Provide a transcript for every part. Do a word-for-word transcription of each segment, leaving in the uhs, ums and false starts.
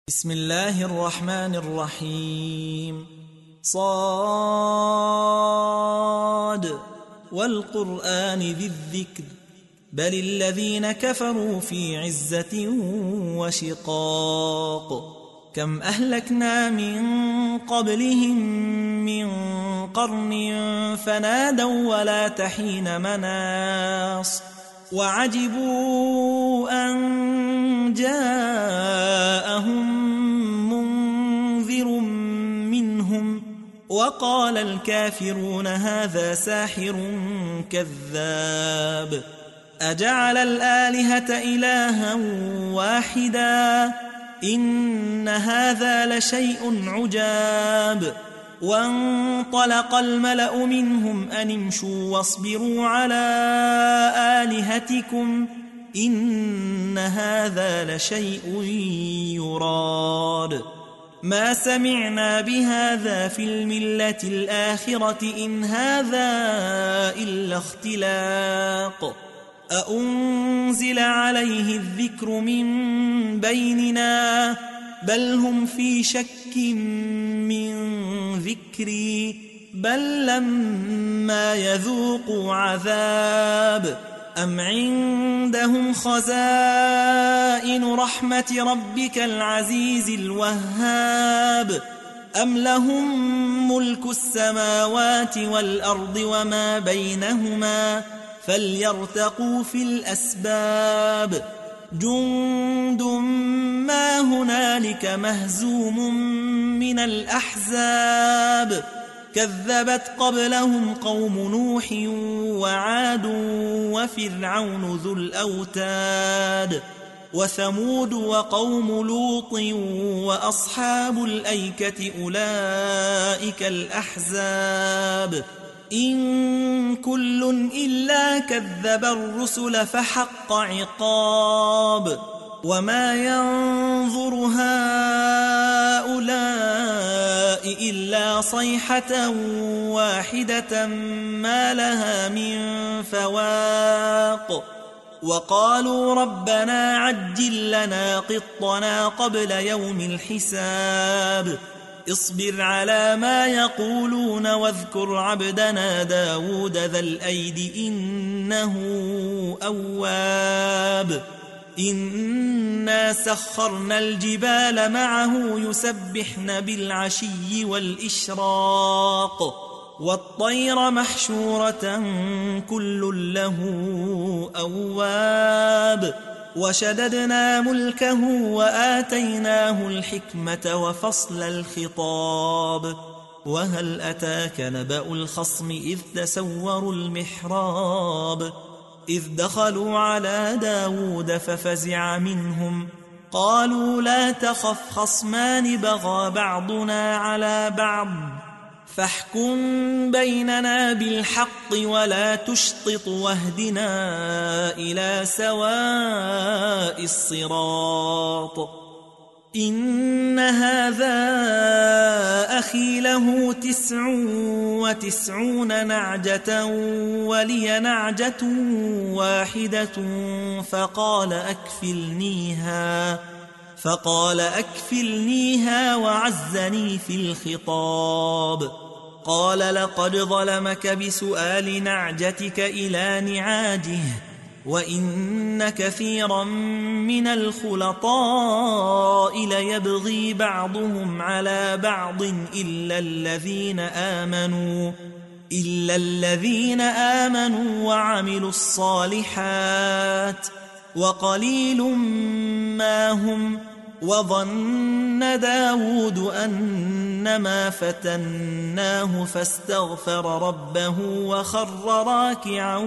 بسم الله الرحمن الرحيم. صاد والقرآن ذي الذكر بل الذين كفروا في عزة وشقاق. كم أهلكنا من قبلهم من قرن فنادوا ولا تحين مناص وعجبوا أن جاءهم منذر منهم وقال الكافرون هذا ساحر كذاب. أجعل الآلهة إلها واحدا إن هذا لشيء عجاب. وانطلق الملأ منهم أن امشوا واصبروا على آلهتكم إن هذا لشيء يراد. ما سمعنا بهذا في الملة الآخرة إن هذا إلا اختلاق. أأنزل عليه الذكر من بيننا بل هم في شك من ذكري بل لما يذوقوا عذاب. أم عندهم خزائن رحمة ربك العزيز الوهاب أم لهم ملك السماوات والأرض وما بينهما فليرتقوا في الأسباب. جند ما هنالك مهزوم من الأحزاب كذبت قبلهم قوم نوح وعاد وفرعون ذو الأوتاد وثمود وقوم لوط وأصحاب الأيكة أولئك الأحزاب. إن كل إلا كذب الرسل فحق عقاب. وما ينظر هؤلاء إلا صيحة واحدة ما لها من فواق. وقالوا ربنا عجل لنا قطنا قبل يوم الحساب. اصبر على ما يقولون واذكر عبدنا داود ذا الأيد إنه أواب. إنا سخرنا الجبال معه يسبحن بالعشي والإشراق والطير محشورة كل له أواب. وشددنا ملكه وآتيناه الحكمة وفصل الخطاب. وهل أتاك نبأ الخصم إذ تسوروا المحراب إذ دخلوا على داود ففزع منهم قالوا لا تخف خصمان بغى بعضنا على بعض فاحكم بيننا بالحق ولا تشطط واهدنا إلى سواء الصراط. إن هذا أخي له تسع وتسعون نعجة ولي نعجة واحدة فقال أكفلنيها فقال أكفلنيها وعزني في الخطاب. قال لقد ظلمك بسؤال نعجتك إلى نعاجه وإن كثيرا من الخلطاء ليبغي بعضهم على بعض إلا الذين آمنوا إلا الذين آمنوا وعملوا الصالحات وقليل ما هم. وظن داود أنما فتناه فاستغفر ربه وخر راكعا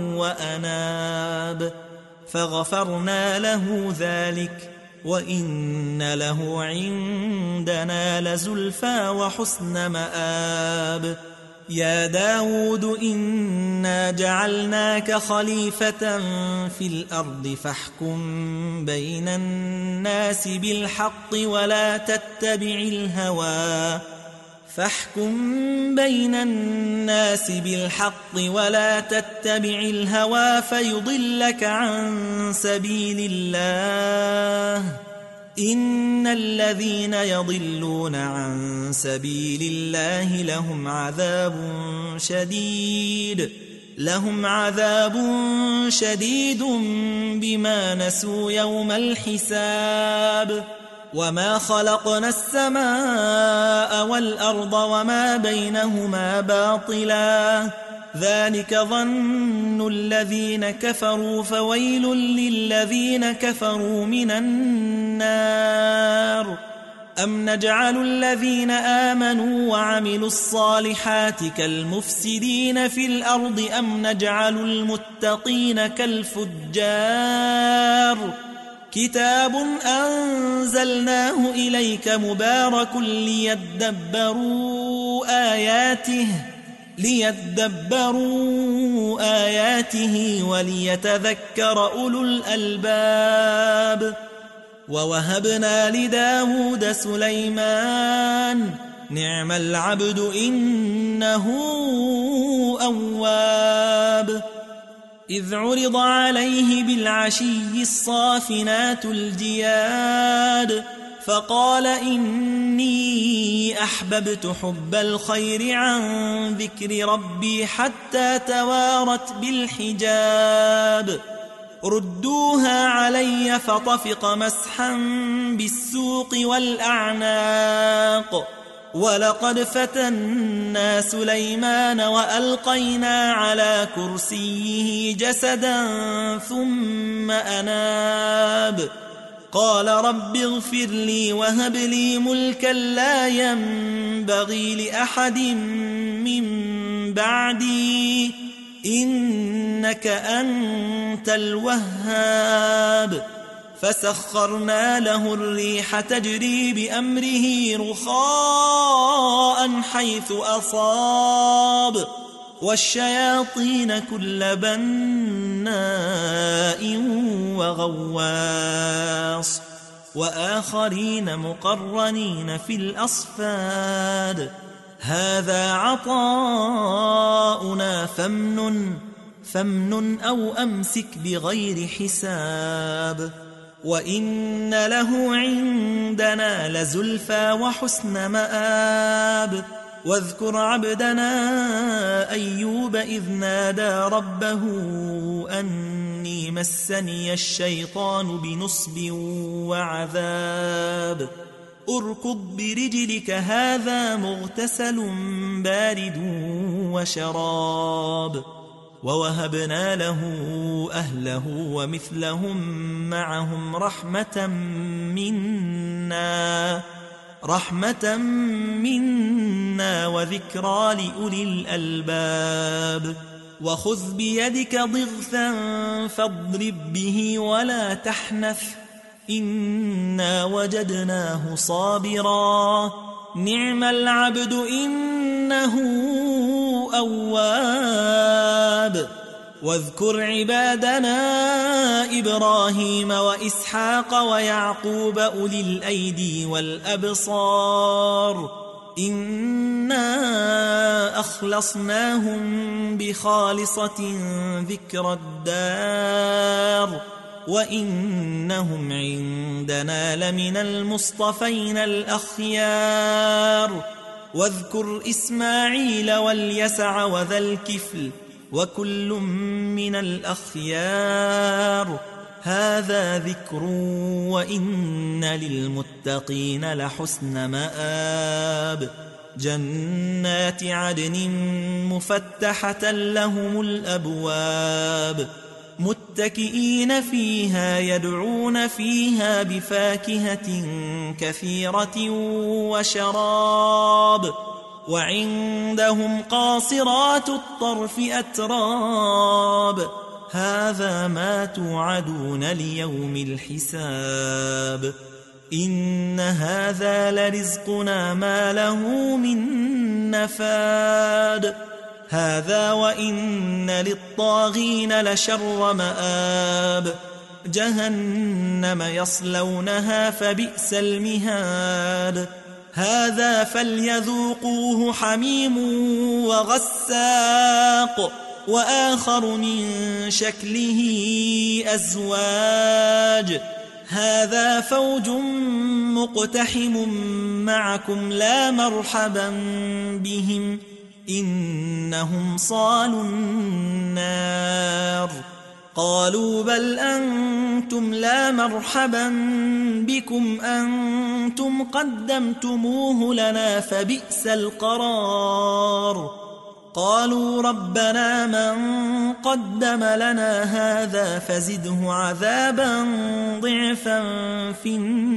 وأناب فغفرنا له ذلك وإن له عندنا لزلفى وحسن مآب. يا داود إنا جعلناك خليفة في الأرض فاحكم بين الناس بالحق ولا تتبع الهوى فاحكم بين الناس بالحق ولا تتبع الهوى فيضلك عن سبيل الله إن الذين يضلون عن سبيل الله لهم عذاب شديد لهم عذاب شديد بما نسوا يوم الحساب وما خلقنا السماء والأرض وما بينهما باطلا ذلك ظن الذين كفروا فويل للذين كفروا من النار أم نجعل الذين آمنوا وعملوا الصالحات كالمفسدين في الأرض أم نجعل المتقين كالفجار كتاب أنزلناه إليك مبارك ليدبروا آياته ليدبروا آياته وليتذكر أولو الألباب ووهبنا لداود سليمان نعم العبد إنه أواب إذ عرض عليه بالعشي الصافنات الجياد فقال إني أحببت حب الخير عن ذكر ربي حتى توارت بالحجاب ردوها علي فطفق مسحا بالسوق والأعناق ولقد فتنا سليمان وألقينا على كرسيه جسدا ثم أناب قال رب اغفر لي وهب لي ملكا لا ينبغي لأحد من بعدي إنك أنت الوهاب فسخرنا له الريح تجري بأمره رخاء حيث أصاب والشياطين كل بناء وغواص وآخرين مقرنين في الأصفاد هذا عطاؤنا فامنن فامنن أو أمسك بغير حساب وإن له عندنا لزلفى وحسن مآب واذكر عبدنا أيوب إذ نادى ربه أني مسني الشيطان بنصب وعذاب اركض برجلك هذا مغتسل بارد وشراب ووهبنا له أهله ومثلهم معهم رحمة منا رحمة منا وذكرى لأولي الألباب وخذ بيدك ضغثا فاضرب به ولا تحنث إنا وجدناه صابرا نعم العبد إنه أواب واذكر عبادنا إبراهيم وإسحاق ويعقوب أولي الأيدي والأبصار إنا أخلصناهم بخالصة ذكر الدار وإنهم عندنا لمن المصطفين الأخيار واذكر إسماعيل واليسع وذا الكفل وكل من الأخيار هذا ذكر وإن للمتقين لحسن مآب جنات عدن مفتحة لهم الأبواب متكئين فيها يدعون فيها بفاكهة كثيرة وشراب وعندهم قاصرات الطرف أتراب هذا ما توعدون ليوم الحساب إن هذا لرزقنا ما له من نفاد هذا وإن للطاغين لشر مآب جهنم يصلونها فبئس المهاد هذا فليذوقوه حميم وغساق وآخر من شكله أزواج هذا فوج مقتحم معكم لا مرحبا بهم إنهم صالوا النار قالوا بل أنتم لا مرحبا بكم أنتم قدمتموه لنا فبئس القرار قالوا ربنا من قدم لنا هذا فزده عذابا ضعفا في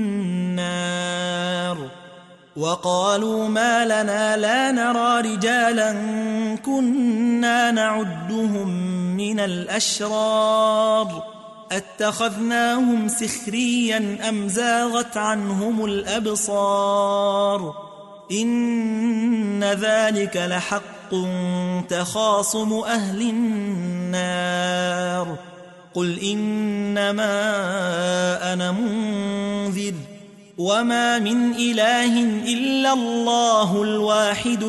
النار وقالوا ما لنا لا نرى رجالا كنا نعدهم من الأشرار أتخذناهم سخريا أم زاغت عنهم الأبصار إن ذلك لحق تخاصم أهل النار قل إنما أنا منذر وما من إله إلا الله الواحد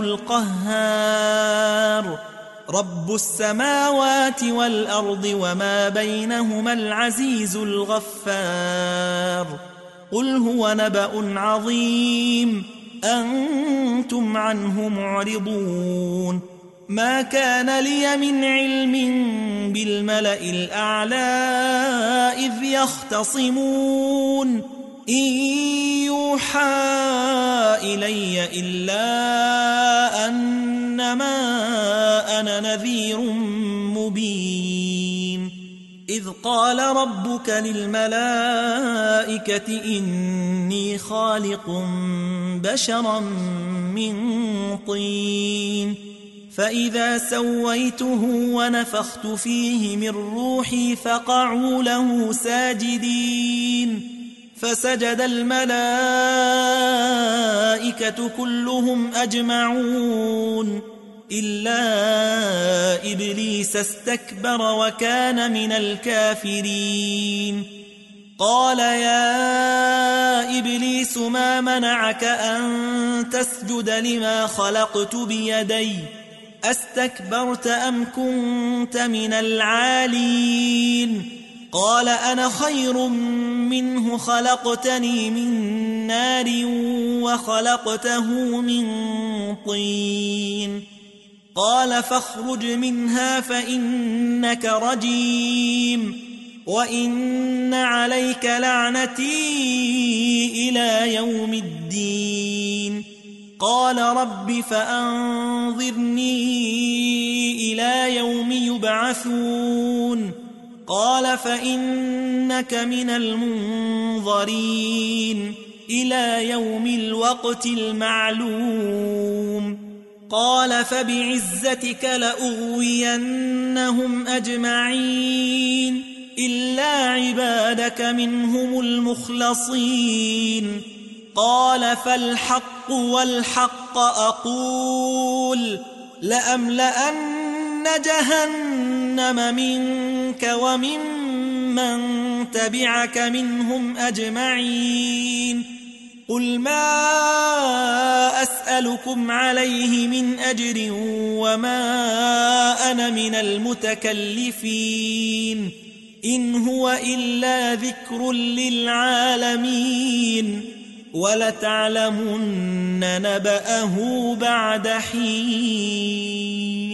القهار رب السماوات والأرض وما بينهما العزيز الغفار قل هو نبأ عظيم أنتم عنه معرضون ما كان لي من علم بالملأ الأعلى إذ يختصمون إن يوحى إلي إلا أنما أنا نذير مبين إذ قال ربك للملائكة إني خالق بشرا من طين فإذا سويته ونفخت فيه من روحي فقعوا له ساجدين فسجد الملائكة كلهم أجمعون إلا إبليس استكبر وكان من الكافرين قال يا إبليس ما منعك أن تسجد لما خلقت بيدي أستكبرت أم كنت من العالين قال أنا خير منه خلقتني من نار وخلقته من طين قال فاخرج منها فإنك رجيم وإن عليك لعنتي إلى يوم الدين قال رب فأنظرني إلى يوم يبعثون قال فإنك من المنظرين إلى يوم الوقت المعلوم قال فبعزتك لأغوينهم أجمعين إلا عبادك منهم المخلصين قال فالحق والحق أقول لأملأن جهنم منك ومن من تبعك منهم أجمعين قل ما أسألكم عليه من أجر وما أنا من المتكلفين إن هو إلا ذكر للعالمين ولتعلمن نبأه بعد حين